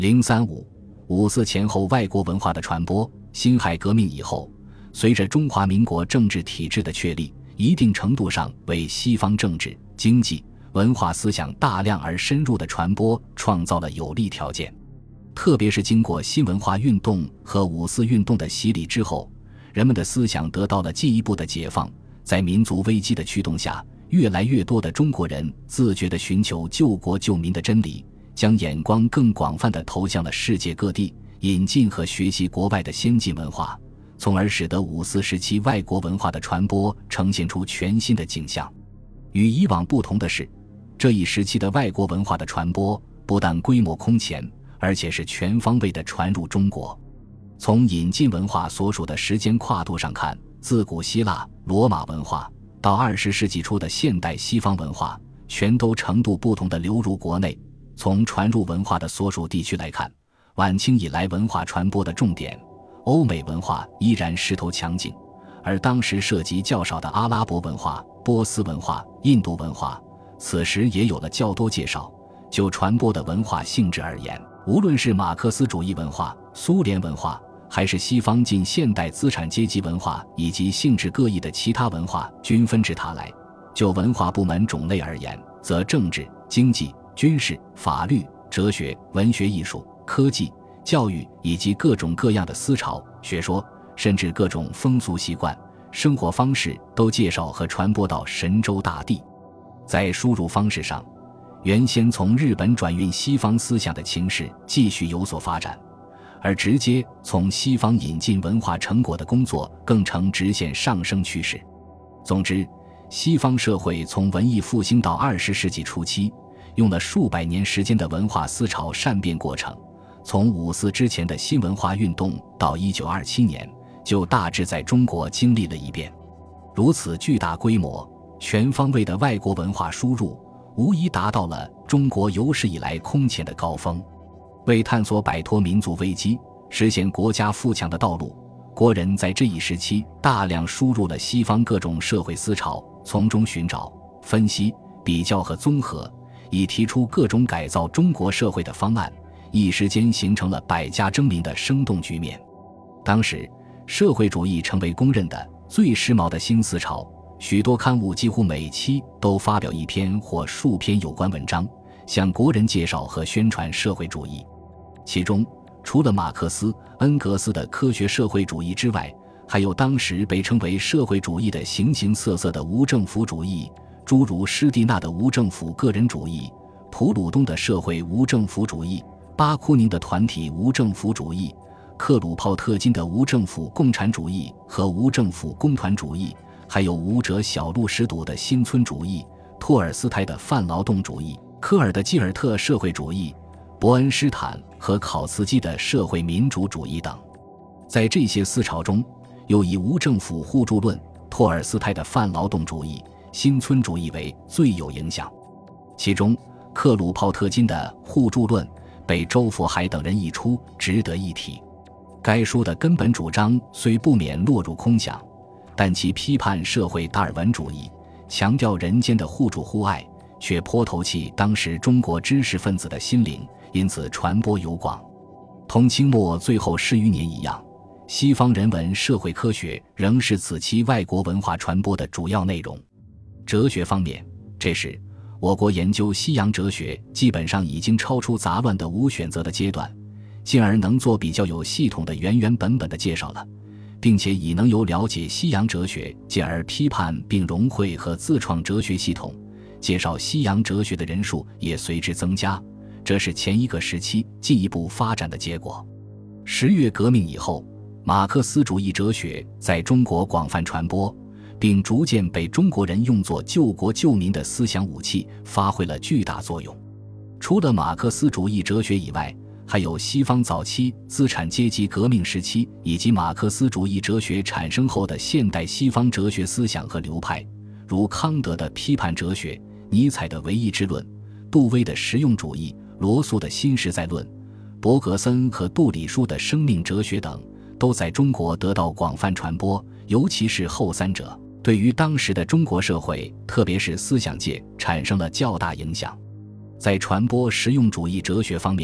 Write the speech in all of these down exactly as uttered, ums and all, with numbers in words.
零三五五四前后外国文化的传播。辛亥革命以后，随着中华民国政治体制的确立，一定程度上为西方政治、经济、文化思想大量而深入的传播创造了有利条件。特别是经过新文化运动和五四运动的洗礼之后，人们的思想得到了进一步的解放。在民族危机的驱动下，越来越多的中国人自觉地寻求救国救民的真理，将眼光更广泛地投向了世界各地，引进和学习国外的先进文化，从而使得五四时期外国文化的传播呈现出全新的景象。与以往不同的是，这一时期的外国文化的传播不但规模空前，而且是全方位地传入中国。从引进文化所属的时间跨度上看，自古希腊、罗马文化到二十世纪初的现代西方文化，全都程度不同地流入国内。从传入文化的所属地区来看，晚清以来文化传播的重点，欧美文化依然势头强劲，而当时涉及较少的阿拉伯文化、波斯文化、印度文化，此时也有了较多介绍。就传播的文化性质而言，无论是马克思主义文化、苏联文化，还是西方近现代资产阶级文化以及性质各异的其他文化，均纷至沓来。就文化部门种类而言，则政治、经济、军事、法律、哲学、文学艺术、科技、教育以及各种各样的思潮、学说，甚至各种风俗习惯、生活方式都介绍和传播到神州大地。在输入方式上，原先从日本转运西方思想的情势继续有所发展，而直接从西方引进文化成果的工作更呈直线上升趋势。总之，西方社会从文艺复兴到二十世纪初期，用了数百年时间的文化思潮善变过程，从五四之前的新文化运动到一九二七年，就大致在中国经历了一遍。如此巨大规模、全方位的外国文化输入，无疑达到了中国有史以来空前的高峰。为探索摆脱民族危机、实现国家富强的道路，国人在这一时期大量输入了西方各种社会思潮，从中寻找、分析、比较和综合，以提出各种改造中国社会的方案，一时间形成了百家争鸣的生动局面。当时，社会主义成为公认的最时髦的新思潮，许多刊物几乎每期都发表一篇或数篇有关文章，向国人介绍和宣传社会主义。其中，除了马克思、恩格斯的科学社会主义之外，还有当时被称为社会主义的形形色色的无政府主义，诸如施蒂纳的无政府个人主义、普鲁东的社会无政府主义、巴库宁的团体无政府主义、克鲁泡特金的无政府共产主义和无政府工团主义，还有舞者小路什笃的新村主义、托尔斯泰的泛劳动主义、科尔的基尔特社会主义、伯恩斯坦和考茨基的社会民主主义等。在这些思潮中，又以无政府互助论、托尔斯泰的泛劳动主义、新村主义为最有影响。其中，克鲁泡特金的互助论被周佛海等人译出，值得一提。该书的根本主张虽不免落入空想，但其批判社会达尔文主义，强调人间的互助互爱，却颇投契当时中国知识分子的心灵，因此传播有广。同清末最后十余年一样，西方人文社会科学仍是此期外国文化传播的主要内容。哲学方面，这时我国研究西洋哲学基本上已经超出杂乱的无选择的阶段，进而能做比较有系统的原原本本的介绍了，并且已能由了解西洋哲学进而批判并融汇和自创哲学系统，介绍西洋哲学的人数也随之增加，这是前一个时期进一步发展的结果。十月革命以后，马克思主义哲学在中国广泛传播，并逐渐被中国人用作救国救民的思想武器，发挥了巨大作用。除了马克思主义哲学以外，还有西方早期资产阶级革命时期以及马克思主义哲学产生后的现代西方哲学思想和流派，如康德的批判哲学、尼采的唯意志论、杜威的实用主义、罗素的新实在论、伯格森和杜里舒的生命哲学等，都在中国得到广泛传播，尤其是后三者，对于当时的中国社会，特别是思想界产生了较大影响。在传播实用主义哲学方面，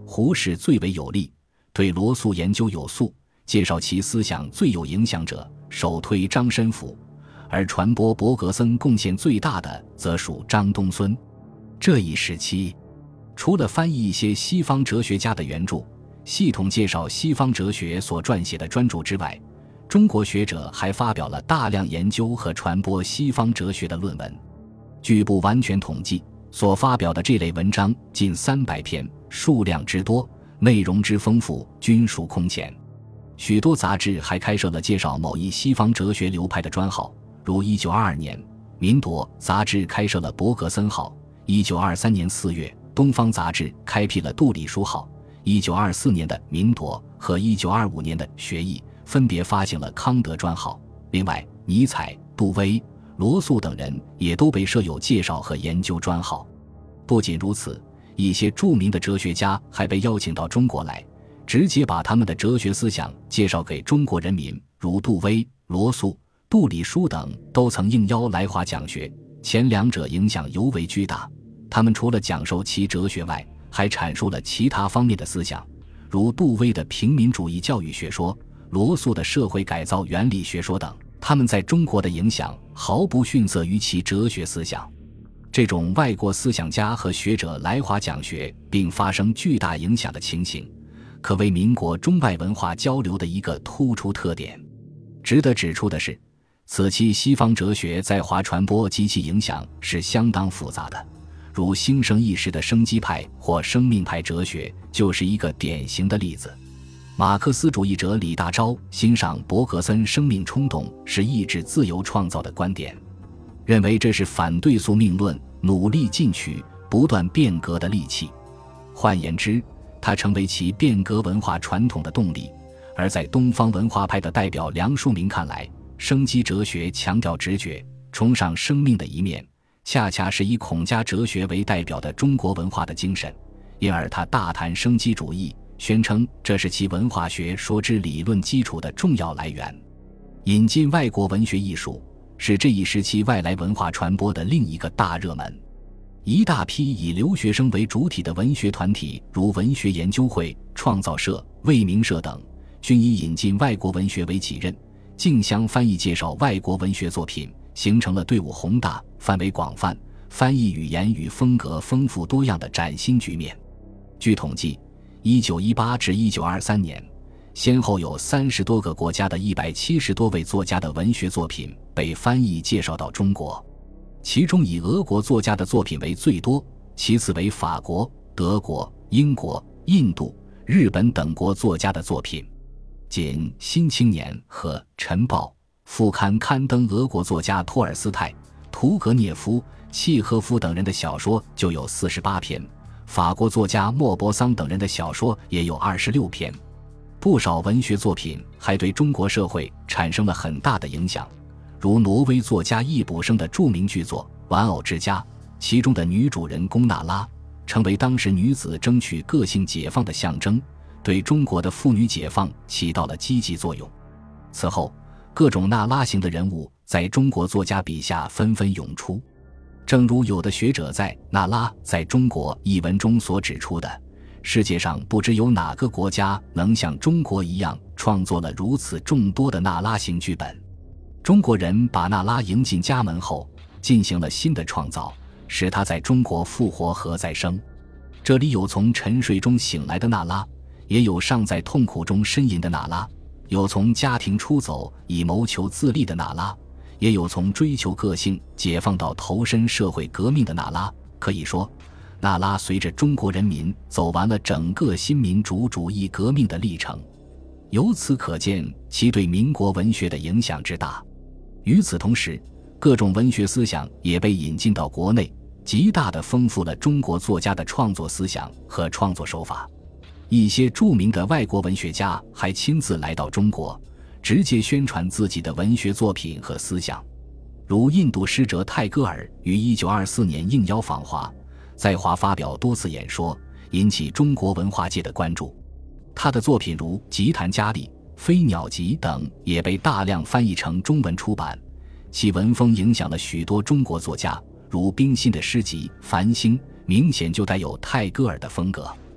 胡适最为有力，对罗素研究有素，介绍其思想最有影响者，首推张申府，而传播伯格森贡献最大的则属张东荪。这一时期，除了翻译一些西方哲学家的原著，系统介绍西方哲学所撰写的专著之外，中国学者还发表了大量研究和传播西方哲学的论文。据不完全统计，所发表的这类文章近三百篇，数量之多，内容之丰富，均属空前。许多杂志还开设了介绍某一西方哲学流派的专号，如一九二二年，民铎杂志开设了伯格森号；一九二三年四月，东方杂志开辟了杜里舒号；一九二四年的民铎和一九二五年的学义分别发行了康德专号。另外，尼采、杜威、罗素等人也都被设有介绍和研究专号。不仅如此，一些著名的哲学家还被邀请到中国来，直接把他们的哲学思想介绍给中国人民，如杜威、罗素、杜里舒等都曾应邀来华讲学，前两者影响尤为巨大。他们除了讲授其哲学外，还阐述了其他方面的思想，如杜威的平民主义教育学说，罗素的社会改造原理学说等。他们在中国的影响毫不逊色于其哲学思想。这种外国思想家和学者来华讲学并发生巨大影响的情形，可谓民国中外文化交流的一个突出特点。值得指出的是，此期西方哲学在华传播及其影响是相当复杂的，如兴盛一时的生机派或生命派哲学就是一个典型的例子。马克思主义者李大钊欣赏伯格森生命冲动是意志自由创造的观点，认为这是反对宿命论、努力进取、不断变革的利器。换言之，它成为其变革文化传统的动力。而在东方文化派的代表梁漱溟看来，生机哲学强调直觉，崇尚生命的一面，恰恰是以孔家哲学为代表的中国文化的精神，因而他大谈生机主义，宣称这是其文化学说之理论基础的重要来源。引进外国文学艺术是这一时期外来文化传播的另一个大热门。一大批以留学生为主体的文学团体，如文学研究会、创造社、魏明社等，均以引进外国文学为己任，竞相翻译介绍外国文学作品，形成了队伍宏大、范围广泛、翻译语言与风格丰富多样的崭新局面。据统计，一九一八至一九二三年，先后有三十多个国家的一百七十多位作家的文学作品被翻译介绍到中国，其中以俄国作家的作品为最多，其次为法国、德国、英国、印度、日本等国作家的作品。仅《新青年》和《晨报》副刊刊登俄国作家托尔斯泰、屠格涅夫、契诃夫等人的小说就有四十八篇，法国作家莫泊桑等人的小说也有二十六篇。不少文学作品还对中国社会产生了很大的影响，如挪威作家易卜生的著名巨作《玩偶之家》，其中的女主人公娜拉成为当时女子争取个性解放的象征，对中国的妇女解放起到了积极作用。此后，各种娜拉型的人物在中国作家笔下纷纷涌出。正如有的学者在《娜拉在中国》一文中所指出的，世界上不知有哪个国家能像中国一样创作了如此众多的娜拉型剧本。中国人把娜拉迎进家门后，进行了新的创造，使她在中国复活和再生。这里有从沉睡中醒来的娜拉，也有尚在痛苦中呻吟的娜拉，有从家庭出走以谋求自立的娜拉，也有从追求个性解放到投身社会革命的娜拉。可以说，娜拉随着中国人民走完了整个新民主主义革命的历程，由此可见其对民国文学的影响之大。与此同时，各种文学思想也被引进到国内，极大地丰富了中国作家的创作思想和创作手法。一些著名的外国文学家还亲自来到中国，直接宣传自己的文学作品和思想。如印度使者泰戈尔于一九二四年应邀访华，在华发表多次演说，引起中国文化界的关注。他的作品如《吉檀迦利》《飞鸟集》等也被大量翻译成中文出版，其文风影响了许多中国作家，如冰心的诗集《繁星》明显就带有泰戈尔的风格。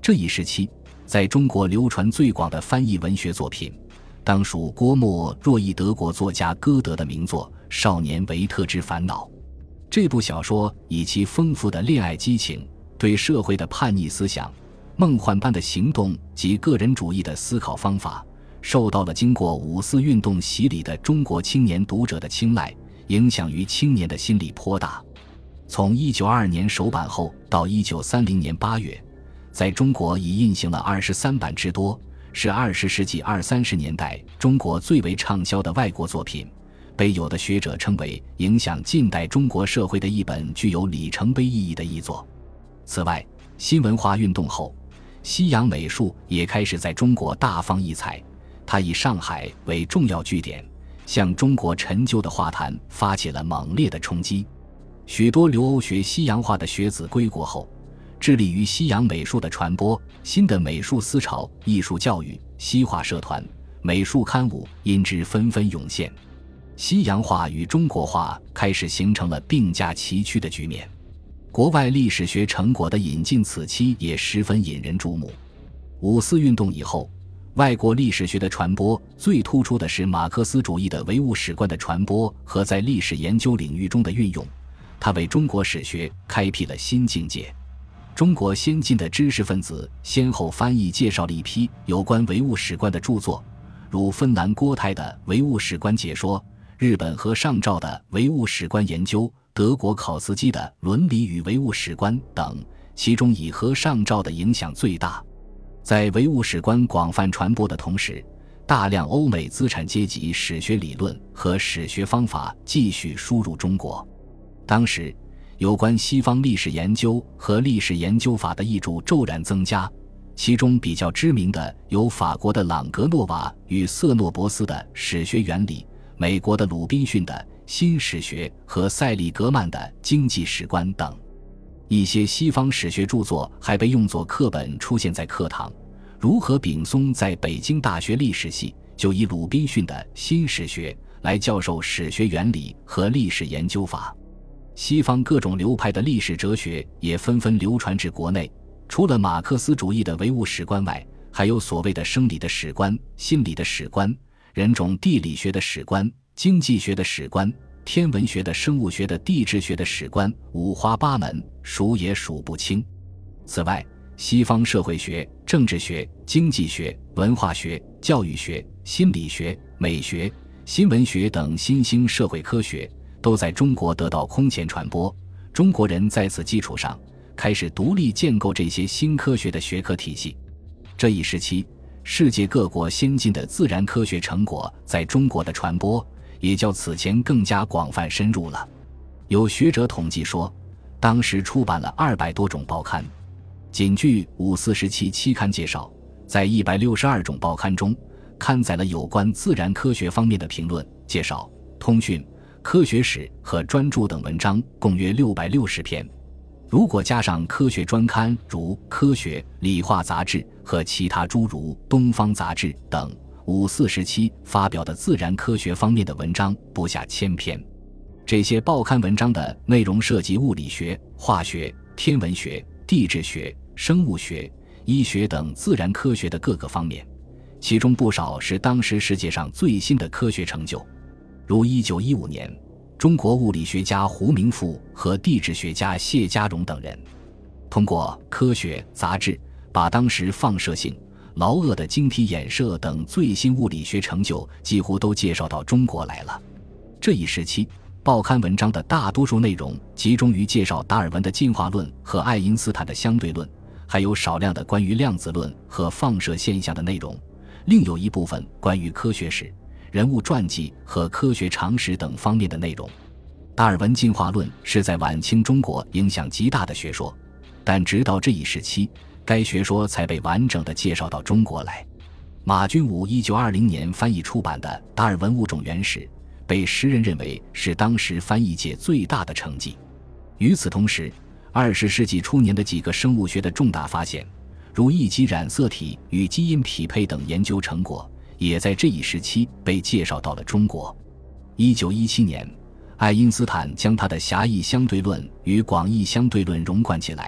这一时期在中国流传最广的翻译文学作品，当属郭沫若译德国作家歌德的名作《少年维特之烦恼》。这部小说以其丰富的恋爱激情、对社会的叛逆思想、梦幻般的行动及个人主义的思考方法，受到了经过五四运动洗礼的中国青年读者的青睐，影响于青年的心理颇大。从一九二二年首版后到一九三零年八月，在中国已印行了二十三版之多，是二十世纪二三十年代中国最为畅销的外国作品，被有的学者称为影响近代中国社会的一本具有里程碑意义的译作。此外，新文化运动后，西洋美术也开始在中国大放异彩，它以上海为重要据点，向中国陈旧的画坛发起了猛烈的冲击。许多留欧学西洋画的学子归国后，致力于西洋美术的传播，新的美术思潮、艺术教育、西画社团、美术刊物因之纷纷涌现，西洋画与中国画开始形成了并驾齐驱的局面。国外历史学成果的引进此期也十分引人注目。五四运动以后，外国历史学的传播最突出的是马克思主义的唯物史观的传播和在历史研究领域中的运用，它为中国史学开辟了新境界。中国先进的知识分子先后翻译介绍了一批有关唯物史观的著作，如芬兰郭泰的唯物史观解说，日本和上照的唯物史观研究，德国考茨基的伦理与唯物史观等，其中以和上照的影响最大。在唯物史观广泛传播的同时，大量欧美资产阶级史学理论和史学方法继续输入中国。当时有关西方历史研究和历史研究法的译著骤然增加，其中比较知名的有法国的朗格诺瓦与瑟诺博斯的史学原理，美国的鲁滨逊的新史学和塞利格曼的经济史观等。一些西方史学著作还被用作课本出现在课堂，如何炳松在北京大学历史系就以鲁滨逊的新史学来教授史学原理和历史研究法。西方各种流派的历史哲学也纷纷流传至国内，除了马克思主义的唯物史观外，还有所谓的生理的史观、心理的史观、人种地理学的史观、经济学的史观、天文学的、生物学的、地质学的史观，五花八门，数也数不清。此外，西方社会学、政治学、经济学、文化学、教育学、心理学、美学、新闻学等新兴社会科学都在中国得到空前传播，中国人在此基础上开始独立建构这些新科学的学科体系。这一时期，世界各国先进的自然科学成果在中国的传播也较此前更加广泛深入了。有学者统计说，当时出版了二百多种报刊，仅据五四时期期刊介绍，在一百六十二种报刊中刊载了有关自然科学方面的评论、介绍、通讯、科学史和专著等文章共约六百六十篇。如果加上科学专刊如科学、理化杂志和其他诸如东方杂志等，五四时期发表的自然科学方面的文章不下千篇。这些报刊文章的内容涉及物理学、化学、天文学、地质学、生物学、医学等自然科学的各个方面，其中不少是当时世界上最新的科学成就。如一九一五年，中国物理学家胡明富和地质学家谢家荣等人通过《科学》杂志把当时放射性、劳厄的晶体衍射等最新物理学成就几乎都介绍到中国来了。这一时期，报刊文章的大多数内容集中于介绍达尔文的进化论和爱因斯坦的相对论，还有少量的关于量子论和放射现象的内容，另有一部分关于科学史、人物传记和科学常识等方面的内容。达尔文进化论是在晚清中国影响极大的学说，但直到这一时期，该学说才被完整地介绍到中国来。马君武一九二零年翻译出版的《达尔文物种原始》被时人认为是当时翻译界最大的成绩。与此同时，二十世纪初年的几个生物学的重大发现，如一级染色体与基因匹配等研究成果，也在这一时期被介绍到了中国。一九一七年，爱因斯坦将他的狭义相对论与广义相对论融贯起来，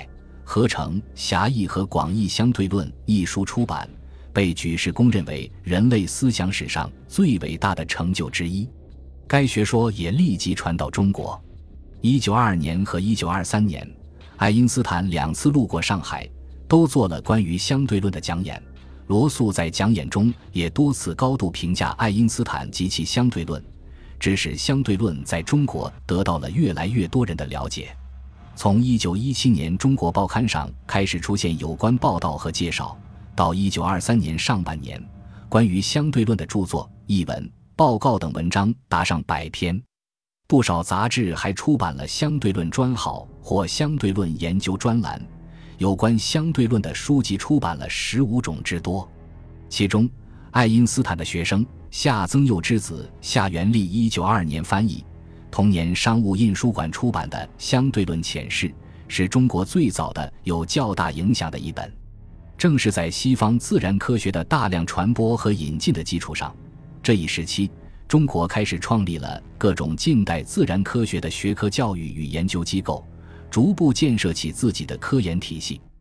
合成《狭义和广义相对论》一书出版，被举世公认为人类思想史上最伟大的成就之一。该学说也立即传到中国。一九二二年和一九二三年，爱因斯坦两次路过上海，都做了关于相对论的讲演。罗素在讲演中也多次高度评价爱因斯坦及其相对论，致使相对论在中国得到了越来越多人的了解。从一九一七年中国报刊上开始出现有关报道和介绍，到一九二三年上半年，关于相对论的著作、译文、报告等文章达上百篇。不少杂志还出版了相对论专号或相对论研究专栏，有关相对论的书籍出版了十五种之多。其中，爱因斯坦的学生夏增佑之子夏元利一九二二年翻译，同年商务印书馆出版的《相对论浅释》是中国最早的有较大影响的一本。正是在西方自然科学的大量传播和引进的基础上，这一时期中国开始创立了各种近代自然科学的学科教育与研究机构，逐步建设起自己的科研体系。